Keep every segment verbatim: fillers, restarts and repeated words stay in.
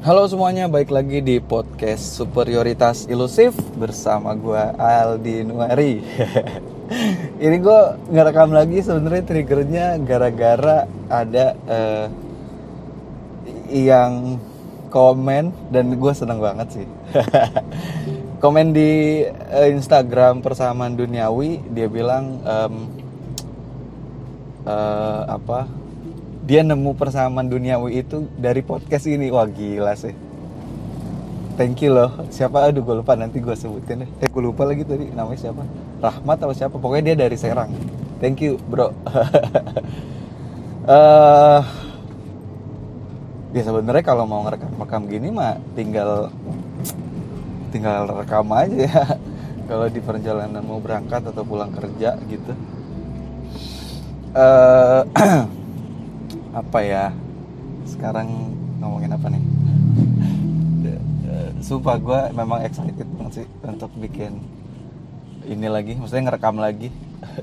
Halo semuanya, balik lagi di podcast Superioritas Ilusif bersama gue Aldi Nuari. Ini gue ngerekam lagi sebenarnya triggernya gara-gara ada uh, yang komen dan gue seneng banget sih. Komen di uh, Instagram Persamaan Duniawi, dia bilang um, uh, apa? Dia nemu persamaan duniawi itu dari podcast ini. Wah gila sih. Thank you loh. Siapa? Aduh gue lupa, nanti gue sebutin deh. Eh gue lupa lagi tadi namanya siapa. Rahmat atau siapa. Pokoknya dia dari Serang. Thank you bro. uh, Ya sebenarnya kalau mau ngerekam-rekam gini mah tinggal Tinggal rekam aja ya. Kalau di perjalanan mau berangkat atau pulang kerja gitu. Uh, apa ya, sekarang ngomongin apa nih? Sumpah gue memang excited banget sih untuk bikin ini lagi, maksudnya ngerekam lagi.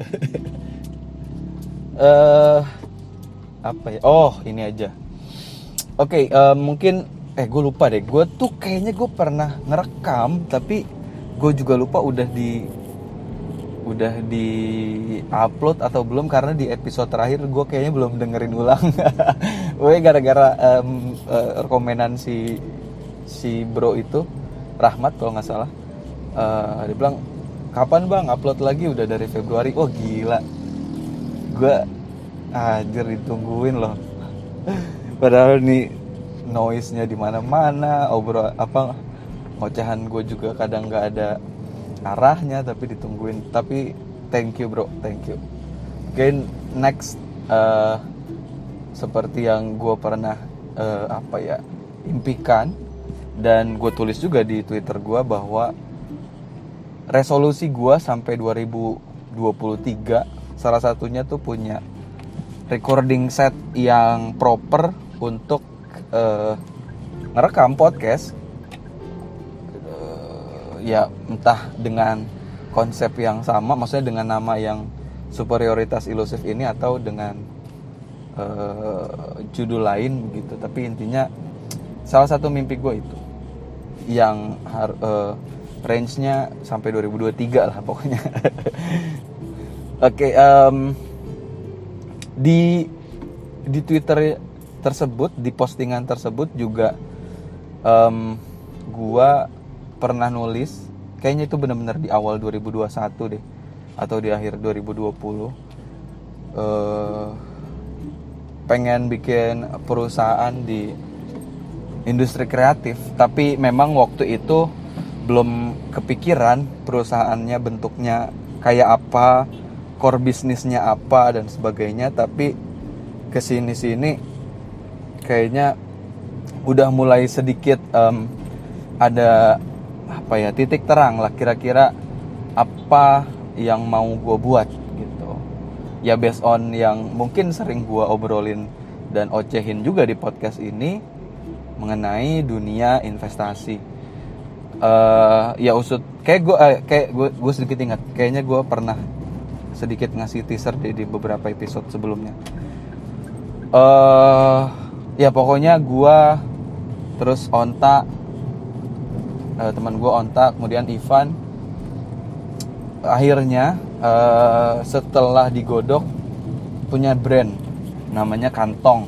uh, apa ya? Oh ini aja. Oke, okay, uh, mungkin eh gue lupa deh. Gue tuh kayaknya gue pernah ngerekam, tapi gue juga lupa udah di udah di upload atau belum, karena di episode terakhir gue kayaknya belum dengerin ulang. Gue gara-gara um, uh, rekomenan si si bro itu Rahmat kalau nggak salah, uh, dia bilang kapan bang upload lagi, udah dari Februari. Oh gila, gue anjir ditungguin loh. Padahal nih noise-nya di mana-mana, obrol apa ngocehan gue juga kadang nggak ada arahnya, tapi ditungguin. Tapi thank you bro, thank you. Again next, uh, seperti yang gue pernah uh, apa ya impikan, dan gue tulis juga di Twitter gue bahwa resolusi gue sampai dua ribu dua puluh tiga salah satunya tuh punya recording set yang proper untuk uh, ngerekam podcast. Ya entah dengan konsep yang sama, maksudnya dengan nama yang Superioritas Ilusif ini, atau dengan uh, judul lain gitu. Tapi intinya salah satu mimpi gue itu yang har, uh, range-nya sampai dua ribu dua puluh tiga lah pokoknya. Oke, okay, um, di di Twitter tersebut, di postingan tersebut juga um, gue pernah nulis, kayaknya itu benar-benar di awal dua ribu dua puluh satu deh, atau di akhir dua ribu dua puluh, uh, pengen bikin perusahaan di industri kreatif. Tapi memang waktu itu belum kepikiran perusahaannya bentuknya kayak apa, core bisnisnya apa dan sebagainya. Tapi kesini-sini kayaknya udah mulai sedikit um, ada apa ya, titik terang lah kira-kira apa yang mau gue buat gitu ya, based on yang mungkin sering gue obrolin dan ocehin juga di podcast ini mengenai dunia investasi. Uh, ya usut kayak gue uh, kayak gue gue sedikit ingat, kayaknya gue pernah sedikit ngasih teaser di, di beberapa episode sebelumnya. Uh, ya pokoknya gue terus onta, uh, teman gue onta, kemudian Ivan. Akhirnya uh, setelah digodok punya brand namanya Kantong.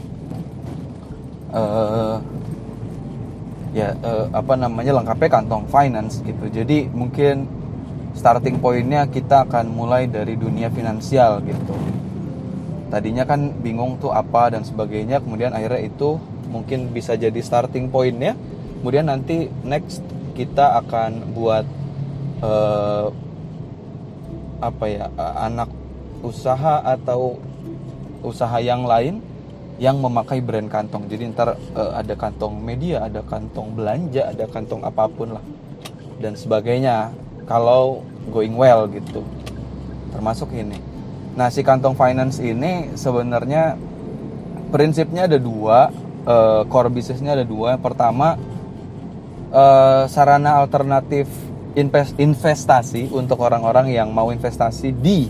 Uh, ya uh, apa namanya lengkapnya Kantong Finance gitu. Jadi mungkin starting pointnya kita akan mulai dari dunia finansial gitu. Tadinya kan bingung tuh apa dan sebagainya, kemudian akhirnya itu mungkin bisa jadi starting pointnya. Kemudian nanti next kita akan buat uh, apa ya anak usaha atau usaha yang lain yang memakai brand Kantong. Jadi ntar uh, ada kantong media, ada kantong belanja, ada kantong apapun lah dan sebagainya kalau going well gitu, termasuk ini. Nah si Kantong Finance ini sebenarnya prinsipnya ada dua, uh, core bisnisnya ada dua. Yang pertama, uh, sarana alternatif invest, investasi untuk orang-orang yang mau investasi di,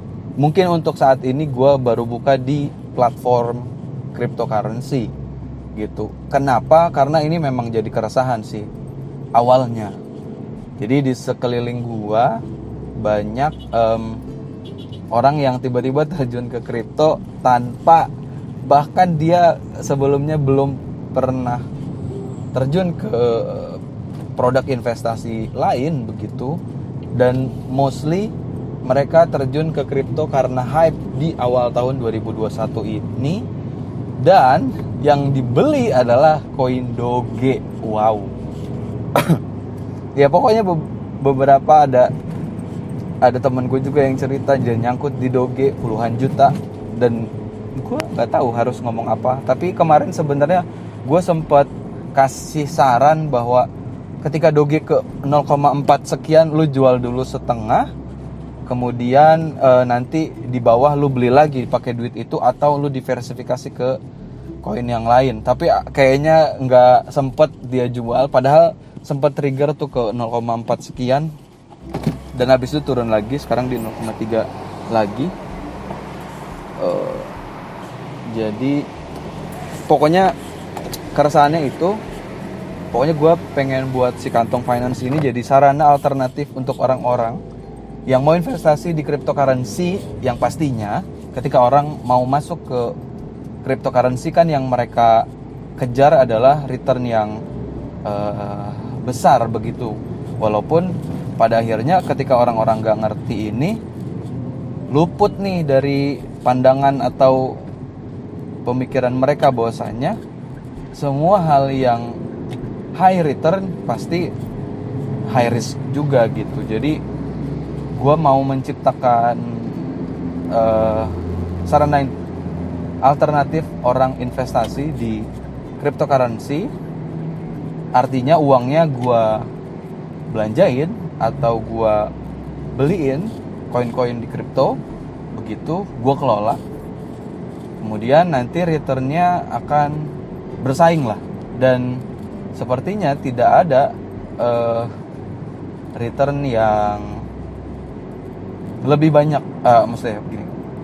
mungkin untuk saat ini gue baru buka di platform cryptocurrency. gitu. Kenapa? Karena ini memang jadi keresahan sih awalnya. Jadi di sekeliling gua banyak um, orang yang tiba-tiba terjun ke kripto tanpa, bahkan dia sebelumnya belum pernah terjun ke produk investasi lain begitu. Dan mostly mereka terjun ke kripto karena hype di awal tahun dua ribu dua puluh satu ini. Dan yang dibeli adalah koin Doge. Wow. Ya pokoknya be- beberapa ada ada temen gue juga yang cerita dia nyangkut di Doge puluhan juta, dan gue nggak tahu harus ngomong apa. Tapi kemarin sebenarnya gue sempat kasih saran bahwa ketika Doge ke nol koma empat sekian lu jual dulu setengah, kemudian e, nanti di bawah lu beli lagi pakai duit itu, atau lu diversifikasi ke koin yang lain. Tapi kayaknya nggak sempet dia jual, padahal sempet trigger tuh ke nol koma empat sekian, dan habis itu turun lagi, sekarang di nol koma tiga lagi. E, jadi pokoknya keresahannya itu, pokoknya gue pengen buat si Kantong Finance ini jadi sarana alternatif untuk orang-orang yang mau investasi di cryptocurrency, yang pastinya ketika orang mau masuk ke cryptocurrency kan yang mereka kejar adalah return yang uh, besar begitu. Walaupun pada akhirnya ketika orang-orang gak ngerti ini, luput nih dari pandangan atau pemikiran mereka bahwasanya semua hal yang high return pasti high risk juga gitu. Jadi gue mau menciptakan uh, sarana alternatif orang investasi di cryptocurrency. Artinya uangnya gue belanjain atau gue beliin koin-koin di kripto, begitu gue kelola. Kemudian nanti returnnya akan bersaing lah, dan sepertinya tidak ada uh, return yang lebih banyak, uh, maksudnya begini,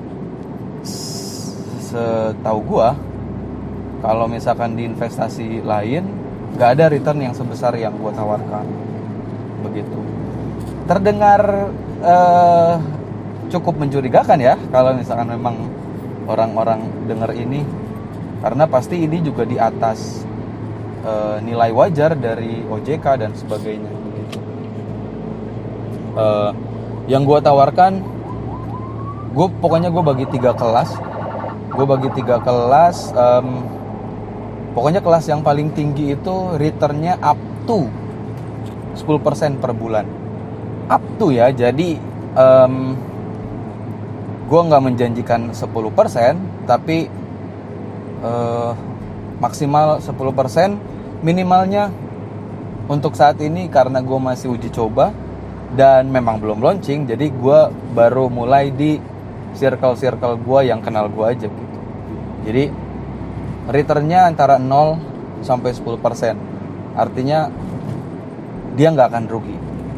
setahu gua kalau misalkan di investasi lain gak ada return yang sebesar yang gua tawarkan begitu. Terdengar uh, cukup mencurigakan ya kalau misalkan memang orang-orang dengar ini, karena pasti ini juga di atas Uh, nilai wajar dari O J K dan sebagainya begitu. Uh, yang gue tawarkan, gue pokoknya gue bagi tiga kelas, gue bagi tiga kelas. Um, pokoknya kelas yang paling tinggi itu returnnya up to sepuluh persen per bulan, up to ya. Jadi um, gue nggak menjanjikan sepuluh persen, tapi uh, maksimal sepuluh persen minimalnya untuk saat ini, karena gue masih uji coba dan memang belum launching. Jadi gue baru mulai di circle-circle gue yang kenal gue aja gitu. Jadi returnnya antara nol sampai sepuluh persen. Artinya dia nggak akan rugi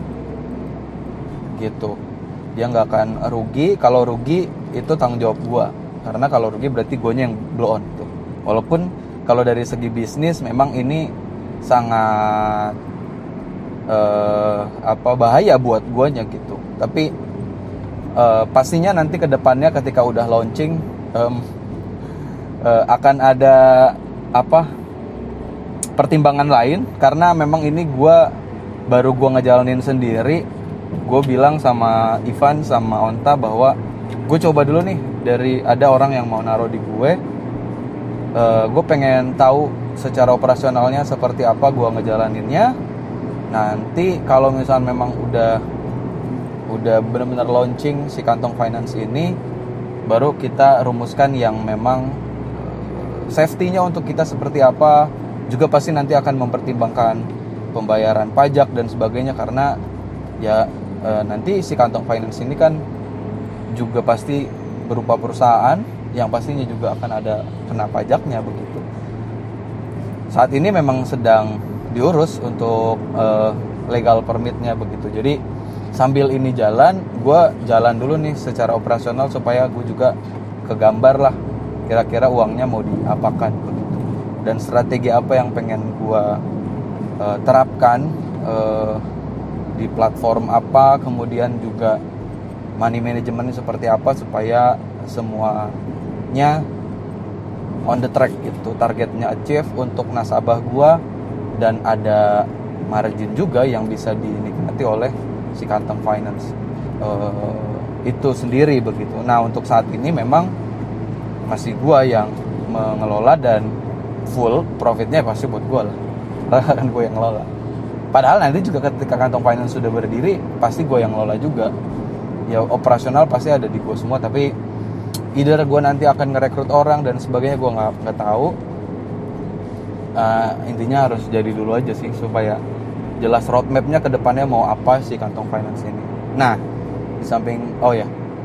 gitu. Dia nggak akan rugi. Kalau rugi itu tanggung jawab gue, karena kalau rugi berarti guanya yang blow on tuh. Walaupun kalau dari segi bisnis memang ini sangat uh, apa bahaya buat guanya gitu. Tapi uh, pastinya nanti ke depannya ketika udah launching um, uh, akan ada apa pertimbangan lain, karena memang ini gua baru gua ngejalanin sendiri. Gue bilang sama Ivan sama Onta bahwa gue coba dulu nih, dari ada orang yang mau naruh di gue. Uh, gue pengen tahu secara operasionalnya seperti apa gue ngejalaninnya. Nanti kalau misalnya memang udah udah benar-benar launching si Kantong Finance ini, baru kita rumuskan yang memang uh, safety-nya untuk kita seperti apa. Juga pasti nanti akan mempertimbangkan pembayaran pajak dan sebagainya, karena ya uh, nanti si Kantong Finance ini kan juga pasti berupa perusahaan yang pastinya juga akan ada kena pajaknya begitu. Saat ini memang sedang diurus untuk uh, legal permitnya begitu. Jadi sambil ini jalan, gue jalan dulu nih secara operasional supaya gue juga kegambar lah kira-kira uangnya mau diapakan begitu. dan strategi apa yang pengen gue uh, terapkan uh, di platform apa, kemudian juga money managementnya seperti apa supaya semuanya on the track gitu, targetnya achieve untuk nasabah gue, dan ada margin juga yang bisa dinikmati oleh si Kantong Finance uh, itu sendiri begitu. Nah untuk saat ini memang masih gue yang mengelola dan full profitnya pasti buat gue lah, karena kan gue yang ngelola. Padahal nanti juga ketika Kantong Finance sudah berdiri pasti gue yang ngelola juga. Ya operasional pasti ada di gue semua, tapi either gue nanti akan ngerekrut orang dan sebagainya, gue nggak nggak tahu. Uh, intinya harus jadi dulu aja sih supaya jelas roadmapnya ke depannya mau apa sih Kantong Finance ini. Nah di samping oh ya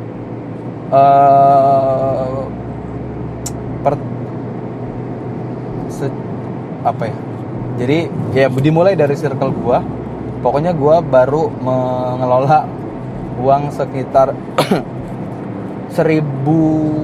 uh, per, se, apa ya jadi ya dimulai dari circle gue. Pokoknya gue baru mengelola uang sekitar seribu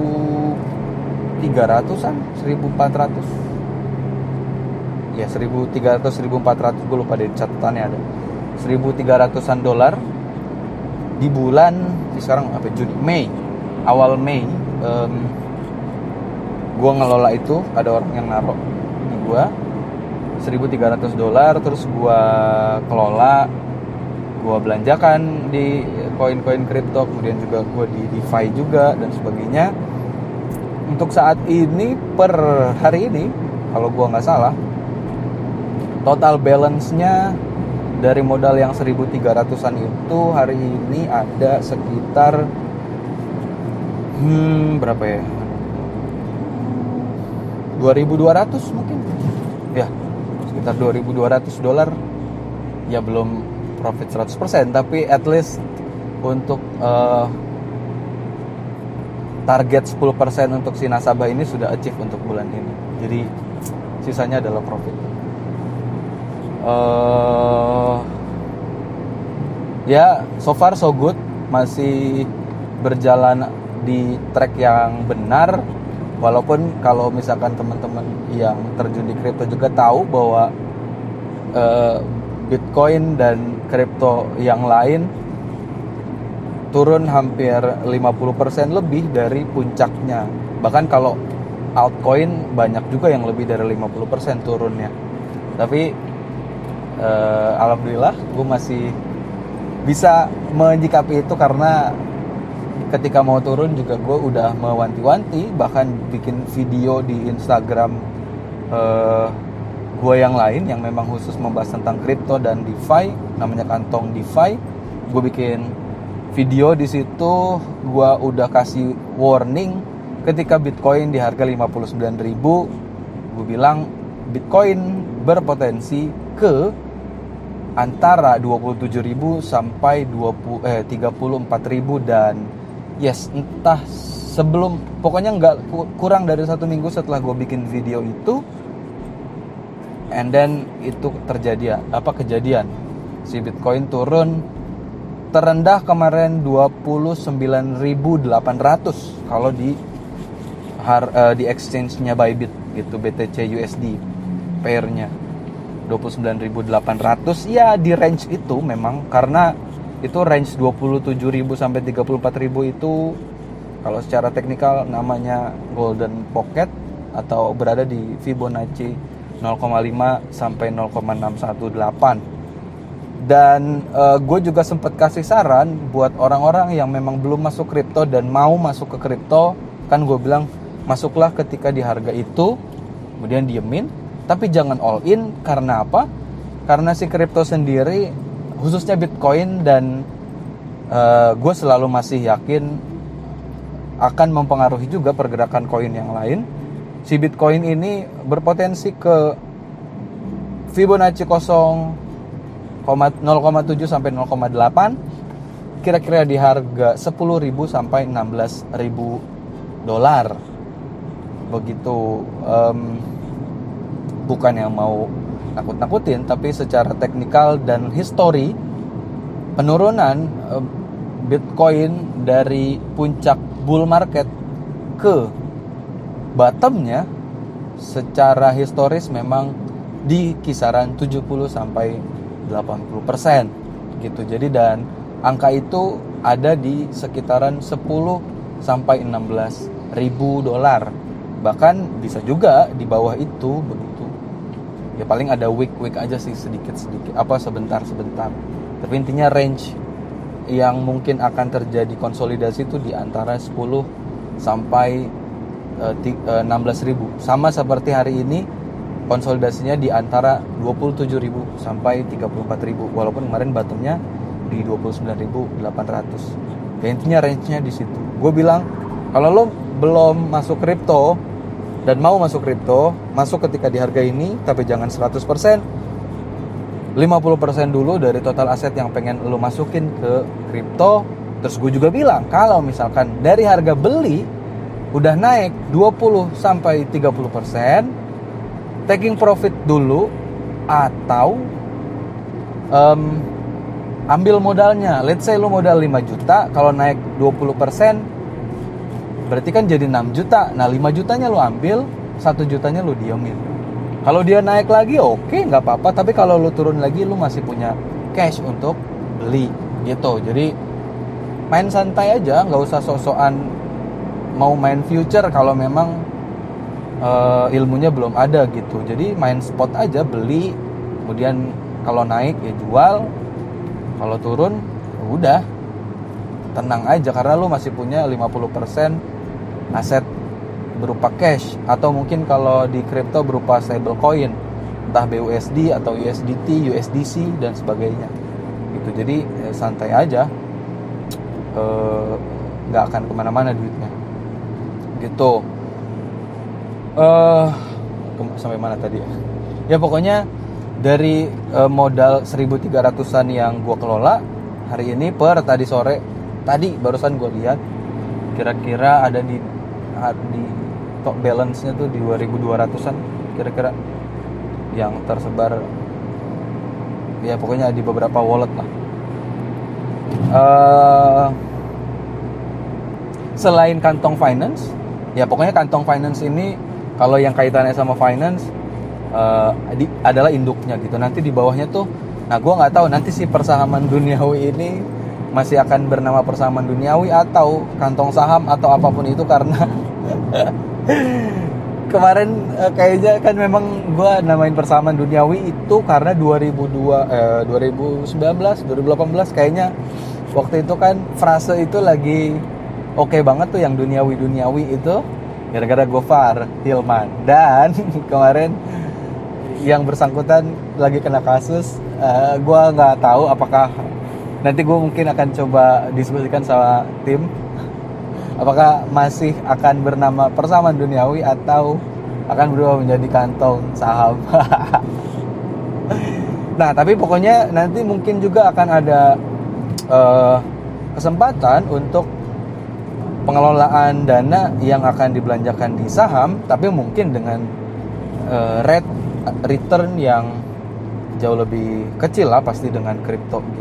tiga ratusan, seribu empat ratus ya, seribu tiga ratus, seribu empat ratus, gue lupa deh catatannya ada, seribu tiga ratusan dolar di bulan di sekarang apa Juni, Mei, awal Mei. um, gue ngelola itu, ada orang yang naruh di gue seribu tiga ratus dolar, terus gue kelola, gue belanjakan di koin-koin kripto, kemudian juga gue di DeFi juga dan sebagainya. Untuk saat ini per hari ini kalau gue nggak salah, total balance-nya dari modal yang seribu tiga ratusan itu hari ini ada sekitar hmm berapa ya, dua ribu dua ratus mungkin ya, sekitar dua ribu dua ratus dolar. Ya belum profit seratus persen, tapi at least untuk uh, target sepuluh persen untuk si nasabah ini sudah achieve untuk bulan ini. Jadi sisanya adalah profit. Uh, ya so far so good, masih berjalan di track yang benar. Walaupun kalau misalkan teman-teman yang terjun di kripto juga tahu bahwa uh, Bitcoin dan kripto yang lain turun hampir lima puluh persen lebih dari puncaknya. Bahkan kalau altcoin banyak juga yang lebih dari lima puluh persen turunnya. Tapi eh, alhamdulillah gue masih bisa menyikapi itu, karena ketika mau turun juga gue udah mewanti-wanti, bahkan bikin video di Instagram eh, gue yang lain yang memang khusus membahas tentang kripto dan DeFi, namanya Kantong DeFi. Gue bikin video di situ, gue udah kasih warning ketika Bitcoin di harga lima puluh sembilan ribu. Gue bilang Bitcoin berpotensi ke antara dua puluh tujuh ribu sampai dua puluh eh tiga puluh empat ribu, dan yes, entah sebelum, pokoknya nggak kurang dari satu minggu setelah gue bikin video itu, and then itu terjadi apa kejadian si Bitcoin turun terendah kemarin dua puluh sembilan ribu delapan ratus kalau di har, uh, di exchange-nya Bybit gitu, B T C U S D pair-nya dua puluh sembilan ribu delapan ratus. Ya di range itu memang, karena itu range dua puluh tujuh ribu sampai tiga puluh empat ribu itu kalau secara teknikal namanya golden pocket atau berada di Fibonacci nol koma lima sampai nol koma enam satu delapan. Dan uh, gue juga sempat kasih saran buat orang-orang yang memang belum masuk kripto dan mau masuk ke kripto. Kan gue bilang masuklah ketika di harga itu, kemudian diemin, tapi jangan all in. Karena apa? Karena si kripto sendiri, khususnya Bitcoin, dan uh, gue selalu masih yakin akan mempengaruhi juga pergerakan koin yang lain. Si Bitcoin ini berpotensi ke Fibonacci nol koma tujuh sampai nol koma delapan, kira-kira di harga sepuluh ribu sampai enam belas ribu dolar. Begitu, um, bukan yang mau nakut-nakutin, tapi secara teknikal dan histori penurunan um, Bitcoin dari puncak bull market ke bottomnya secara historis memang di kisaran tujuh puluh sampai delapan puluh persen gitu. Jadi dan angka itu ada di sekitaran sepuluh sampai enam belas ribu dolar. Bahkan bisa juga di bawah itu begitu. Ya paling ada week-week aja sih, sedikit-sedikit apa sebentar-sebentar. Tapi intinya range yang mungkin akan terjadi konsolidasi itu di antara sepuluh sampai enam belas ribu. Sama seperti hari ini konsolidasinya di antara dua puluh tujuh ribu sampai tiga puluh empat ribu, walaupun kemarin bottomnya di dua puluh sembilan ribu delapan ratus. Ya intinya range-nya di situ. Gue bilang kalau lo belum masuk kripto dan mau masuk kripto, masuk ketika di harga ini, tapi jangan seratus persen. lima puluh persen dulu dari total aset yang pengen lo masukin ke kripto. Terus gue juga bilang, kalau misalkan dari harga beli udah naik dua puluh sampai tiga puluh persen, taking profit dulu atau um, ambil modalnya. Let's say lo modal lima juta, kalau naik dua puluh persen berarti kan jadi enam juta. Nah, lima jutanya lo ambil, satu jutanya lo diemin. Kalau dia naik lagi oke, okay, nggak apa-apa. Tapi kalau lo turun lagi, lo masih punya cash untuk beli gitu. Jadi main santai aja, nggak usah sok-sokan mau main future kalau memang uh, ilmunya belum ada gitu. Jadi main spot aja, beli, kemudian kalau naik ya jual, kalau turun ya udah tenang aja karena lo masih punya lima puluh persen aset berupa cash, atau mungkin kalau di kripto berupa stable coin, entah B U S D atau U S D T, U S D C dan sebagainya gitu. Jadi ya, santai aja, nggak e, akan kemana-mana duitnya gitu. Uh, sampai mana tadi ya? Ya pokoknya dari uh, modal seribu tiga ratusan yang gue kelola hari ini per tadi sore, tadi barusan gue lihat kira-kira ada di di top balance-nya tuh di dua ribu dua ratusan kira-kira yang tersebar. Ya pokoknya di beberapa wallet lah. Uh, selain kantong finance, ya pokoknya kantong finance ini kalau yang kaitannya sama finance uh, di, adalah induknya gitu. Nanti di bawahnya tuh, nah gue nggak tahu nanti si persahaman duniawi ini masih akan bernama persahaman duniawi atau kantong saham atau apapun itu, karena kemarin uh, kayaknya kan memang gue namain persahaman duniawi itu karena dua ribu dua, eh, dua ribu sembilan belas, dua ribu delapan belas kayaknya waktu itu kan frase itu lagi oke okay banget tuh yang duniawi-duniawi itu gara-gara Gofar Hilman. Dan kemarin yang bersangkutan lagi kena kasus, uh, gue nggak tahu apakah nanti gue mungkin akan coba diskusikan sama tim apakah masih akan bernama persamaan duniawi atau akan berubah menjadi kantong saham. Nah tapi pokoknya nanti mungkin juga akan ada uh, kesempatan untuk pengelolaan dana yang akan dibelanjakan di saham, tapi mungkin dengan uh, rate return yang jauh lebih kecil lah pasti dengan kripto gitu.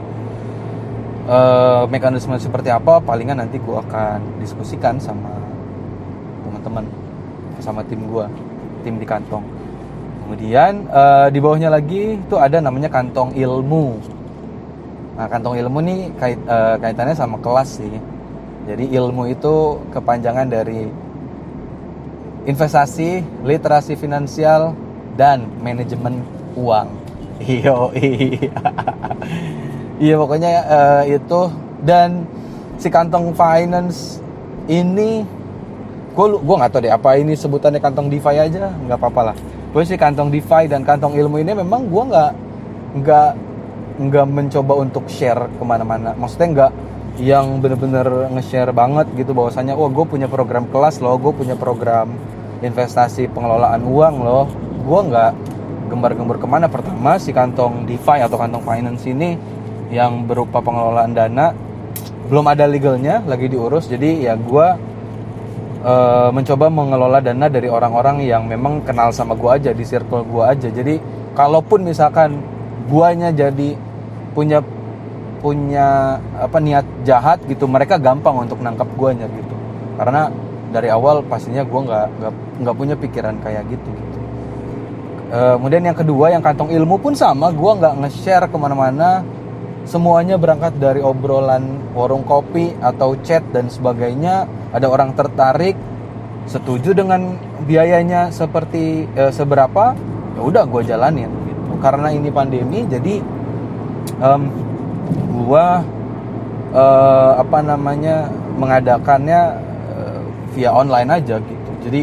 Uh, mekanisme seperti apa palingan nanti gue akan diskusikan sama teman-teman, sama tim gue, tim di kantong. Kemudian uh, di bawahnya lagi itu ada namanya kantong ilmu. Nah kantong ilmu nih kait, uh, kaitannya sama kelas sih. Jadi ilmu itu kepanjangan dari investasi, literasi finansial, dan manajemen uang. Iyo, iya. Iya pokoknya uh, itu. Dan si kantong finance ini, gue gue nggak tahu deh apa ini sebutannya kantong DeFi aja, nggak apa-apa lah. Gue si kantong DeFi dan kantong ilmu ini memang gue nggak nggak nggak mencoba untuk share kemana-mana. Maksudnya nggak yang bener-bener nge-share banget gitu bahwasanya, oh gue punya program kelas loh, gue punya program investasi pengelolaan uang loh. Gue nggak gembar-gembor kemana. Pertama si kantong DeFi atau kantong finance ini yang berupa pengelolaan dana belum ada legalnya, lagi diurus. Jadi ya gue e, mencoba mengelola dana dari orang-orang yang memang kenal sama gue aja, di circle gue aja. Jadi kalaupun misalkan guanya jadi punya punya apa niat jahat gitu, mereka gampang untuk nangkap guanya gitu. Karena dari awal pastinya gue nggak nggak nggak punya pikiran kayak gitu gitu. Uh, kemudian yang kedua, yang kantong ilmu pun sama, gue nggak nge-share kemana-mana. Semuanya berangkat dari obrolan warung kopi atau chat dan sebagainya. Ada orang tertarik, setuju dengan biayanya seperti eh, seberapa, ya udah gue jalanin gitu. Karena ini pandemi, jadi um, gue uh, apa namanya mengadakannya uh, via online aja gitu. Jadi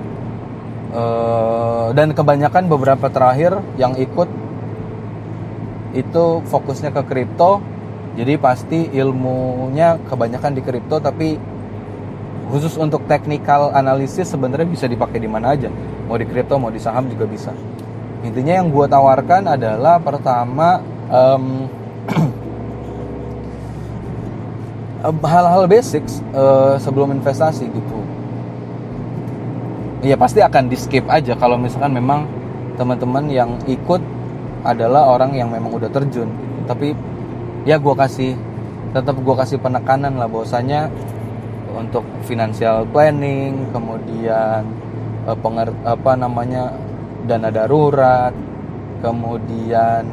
uh, dan kebanyakan beberapa terakhir yang ikut itu fokusnya ke kripto, jadi pasti ilmunya kebanyakan di kripto, tapi khusus untuk technical analysis sebenarnya bisa dipakai di mana aja, mau di kripto mau di saham juga bisa. Intinya yang gue tawarkan adalah pertama um, hal-hal basic uh, sebelum investasi gitu. Iya pasti akan di skip aja kalau misalkan memang teman-teman yang ikut adalah orang yang memang udah terjun gitu. Tapi ya gue kasih tetap gue kasih penekanan lah bahwasanya untuk financial planning, kemudian eh, penger, apa namanya dana darurat, kemudian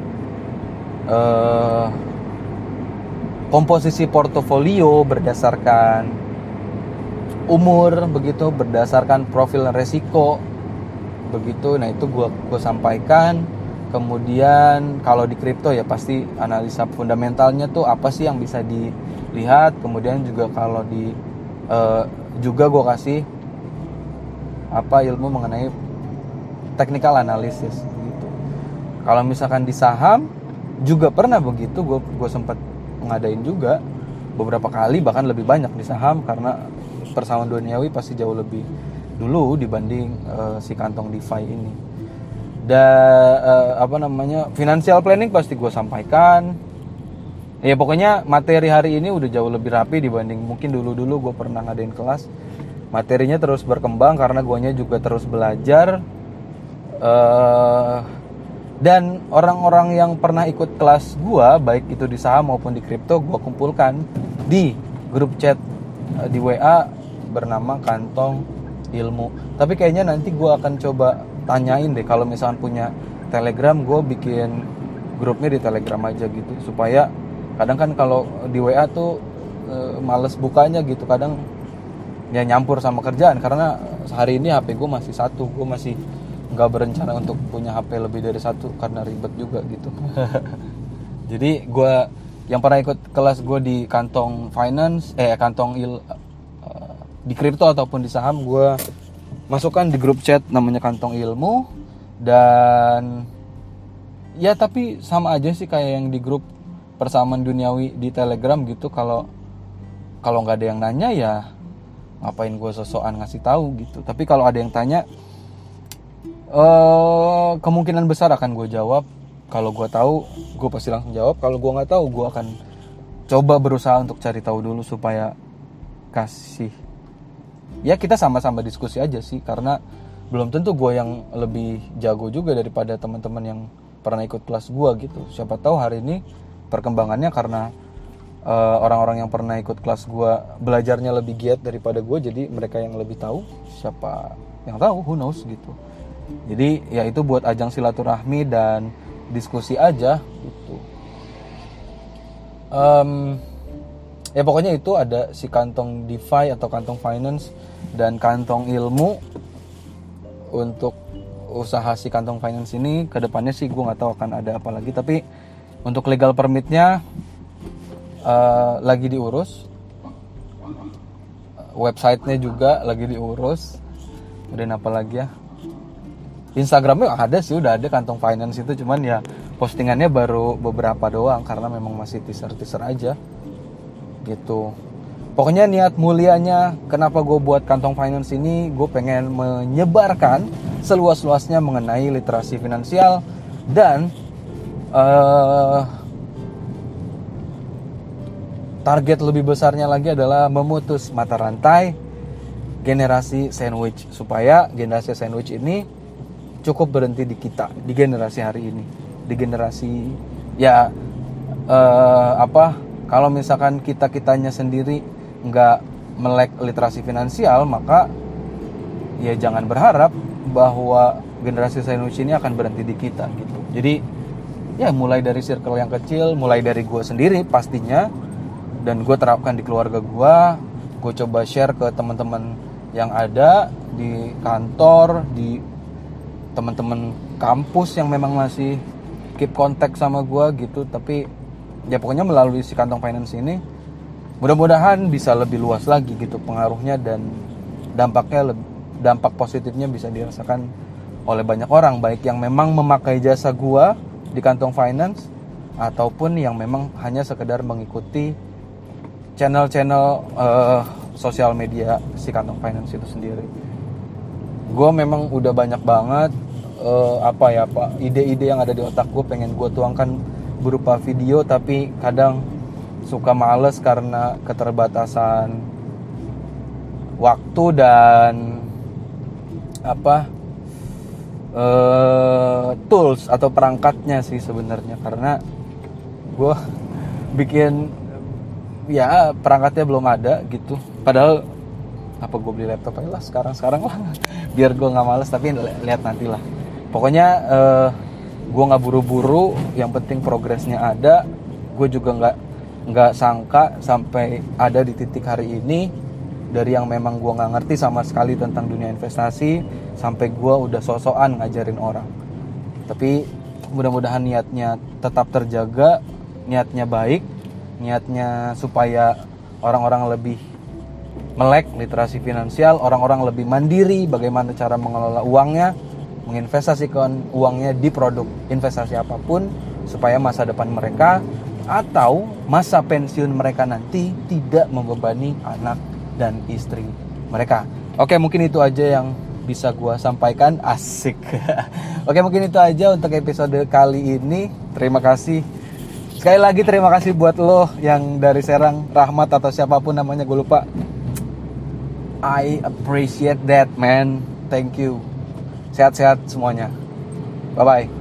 eh, komposisi portofolio berdasarkan umur begitu, berdasarkan profil resiko begitu. Nah itu gue gue sampaikan. Kemudian kalau di kripto ya pasti analisa fundamentalnya tuh apa sih yang bisa dilihat. Kemudian juga kalau di uh, juga gue kasih apa ilmu mengenai technical analysis gitu. Kalau misalkan di saham juga pernah begitu, gue gue sempat ngadain juga beberapa kali, bahkan lebih banyak di saham karena persamaan duniawi pasti jauh lebih dulu dibanding uh, si kantong DeFi ini. Dan uh, apa namanya financial planning pasti gue sampaikan. Ya pokoknya materi hari ini udah jauh lebih rapi dibanding mungkin dulu-dulu gue pernah ngadain kelas. Materinya terus berkembang karena guanya juga terus belajar. Uh, dan orang-orang yang pernah ikut kelas gue, baik itu di saham maupun di kripto, gue kumpulkan di grup chat uh, di W A bernama Kantong Ilmu. Tapi kayaknya nanti gue akan coba tanyain deh kalau misalkan punya Telegram, gue bikin grupnya di Telegram aja gitu, supaya kadang kan kalau di W A tuh e, males bukanya gitu, kadang ya nyampur sama kerjaan. Karena hari ini H P gue masih satu, gue masih nggak berencana untuk punya H P lebih dari satu karena ribet juga gitu. Jadi gue yang pernah ikut kelas gue di Kantong Finance, eh Kantong Il uh, di kripto ataupun di saham, gue masukkan di grup chat namanya Kantong Ilmu. Dan ya tapi sama aja sih kayak yang di grup persamaan duniawi di Telegram gitu. Kalau kalau nggak ada yang nanya ya ngapain gue sosokan ngasih tahu gitu. Tapi kalau ada yang tanya eh, kemungkinan besar akan gue jawab. Kalau gue tahu gue pasti langsung jawab. Kalau gue nggak tahu gue akan coba berusaha untuk cari tahu dulu supaya kasih. Ya kita sama-sama diskusi aja sih, karena belum tentu gue yang lebih jago juga daripada teman-teman yang pernah ikut kelas gue gitu. Siapa tahu hari ini perkembangannya karena uh, orang-orang yang pernah ikut kelas gue belajarnya lebih giat daripada gue, jadi mereka yang lebih tahu. Siapa yang tahu, who knows gitu. Jadi ya itu buat ajang silaturahmi dan diskusi aja gitu. Um, ya pokoknya itu ada si Kantong DeFi atau Kantong Finance dan Kantong Ilmu. Untuk usaha si Kantong Finance ini kedepannya sih gue nggak tahu akan ada apa lagi, tapi untuk legal permitnya uh, lagi diurus, websitenya juga lagi diurus. Kemudian apa lagi ya, Instagramnya ada sih, udah ada Kantong Finance itu, cuman ya postingannya baru beberapa doang karena memang masih teaser-teaser aja gitu. Pokoknya niat mulianya kenapa gue buat Kantong Finance ini, gue pengen menyebarkan seluas-luasnya mengenai literasi finansial. Dan uh, target lebih besarnya lagi adalah memutus mata rantai generasi sandwich, supaya generasi sandwich ini cukup berhenti di kita, di generasi hari ini, di generasi ya uh, apa kalau misalkan kita kitanya sendiri nggak melek literasi finansial, maka ya jangan berharap bahwa generasi sandwich ini akan berhenti di kita gitu. Jadi ya mulai dari circle yang kecil, mulai dari gue sendiri pastinya, dan gue terapkan di keluarga gue. Gue coba share ke teman-teman yang ada di kantor, di teman-teman kampus yang memang masih keep kontak sama gue gitu. Tapi ya pokoknya melalui si Kantong Finance ini mudah-mudahan bisa lebih luas lagi gitu pengaruhnya, dan dampaknya lebih, dampak positifnya bisa dirasakan oleh banyak orang, baik yang memang memakai jasa gua di Kantong Finance ataupun yang memang hanya sekedar mengikuti channel-channel uh, sosial media si Kantong Finance itu sendiri. Gua memang udah banyak banget uh, apa ya apa ide-ide yang ada di otak gue pengen gue tuangkan berupa video, tapi kadang suka males karena keterbatasan waktu dan apa uh, tools atau perangkatnya sih sebenarnya, karena gue bikin ya perangkatnya belum ada gitu. Padahal apa gue beli laptop aja lah sekarang sekarang lah biar gue nggak males, tapi li- lihat nanti lah. Pokoknya uh, gue nggak buru-buru, yang penting progresnya ada. Gue juga nggak nggak sangka sampai ada di titik hari ini, dari yang memang gue nggak ngerti sama sekali tentang dunia investasi sampai gue udah sok-sokan ngajarin orang. Tapi mudah-mudahan niatnya tetap terjaga, niatnya baik, niatnya supaya orang-orang lebih melek literasi finansial, orang-orang lebih mandiri bagaimana cara mengelola uangnya, menginvestasikan uangnya di produk investasi apapun, supaya masa depan mereka atau masa pensiun mereka nanti tidak membebani anak dan istri mereka. Oke, mungkin itu aja yang bisa gue sampaikan. Asik. Oke, mungkin itu aja untuk episode kali ini. Terima kasih. Sekali lagi terima kasih buat lo yang dari Serang, Rahmat atau siapapun namanya, gue lupa. I appreciate that, man. Thank you. Sehat-sehat semuanya. Bye-bye.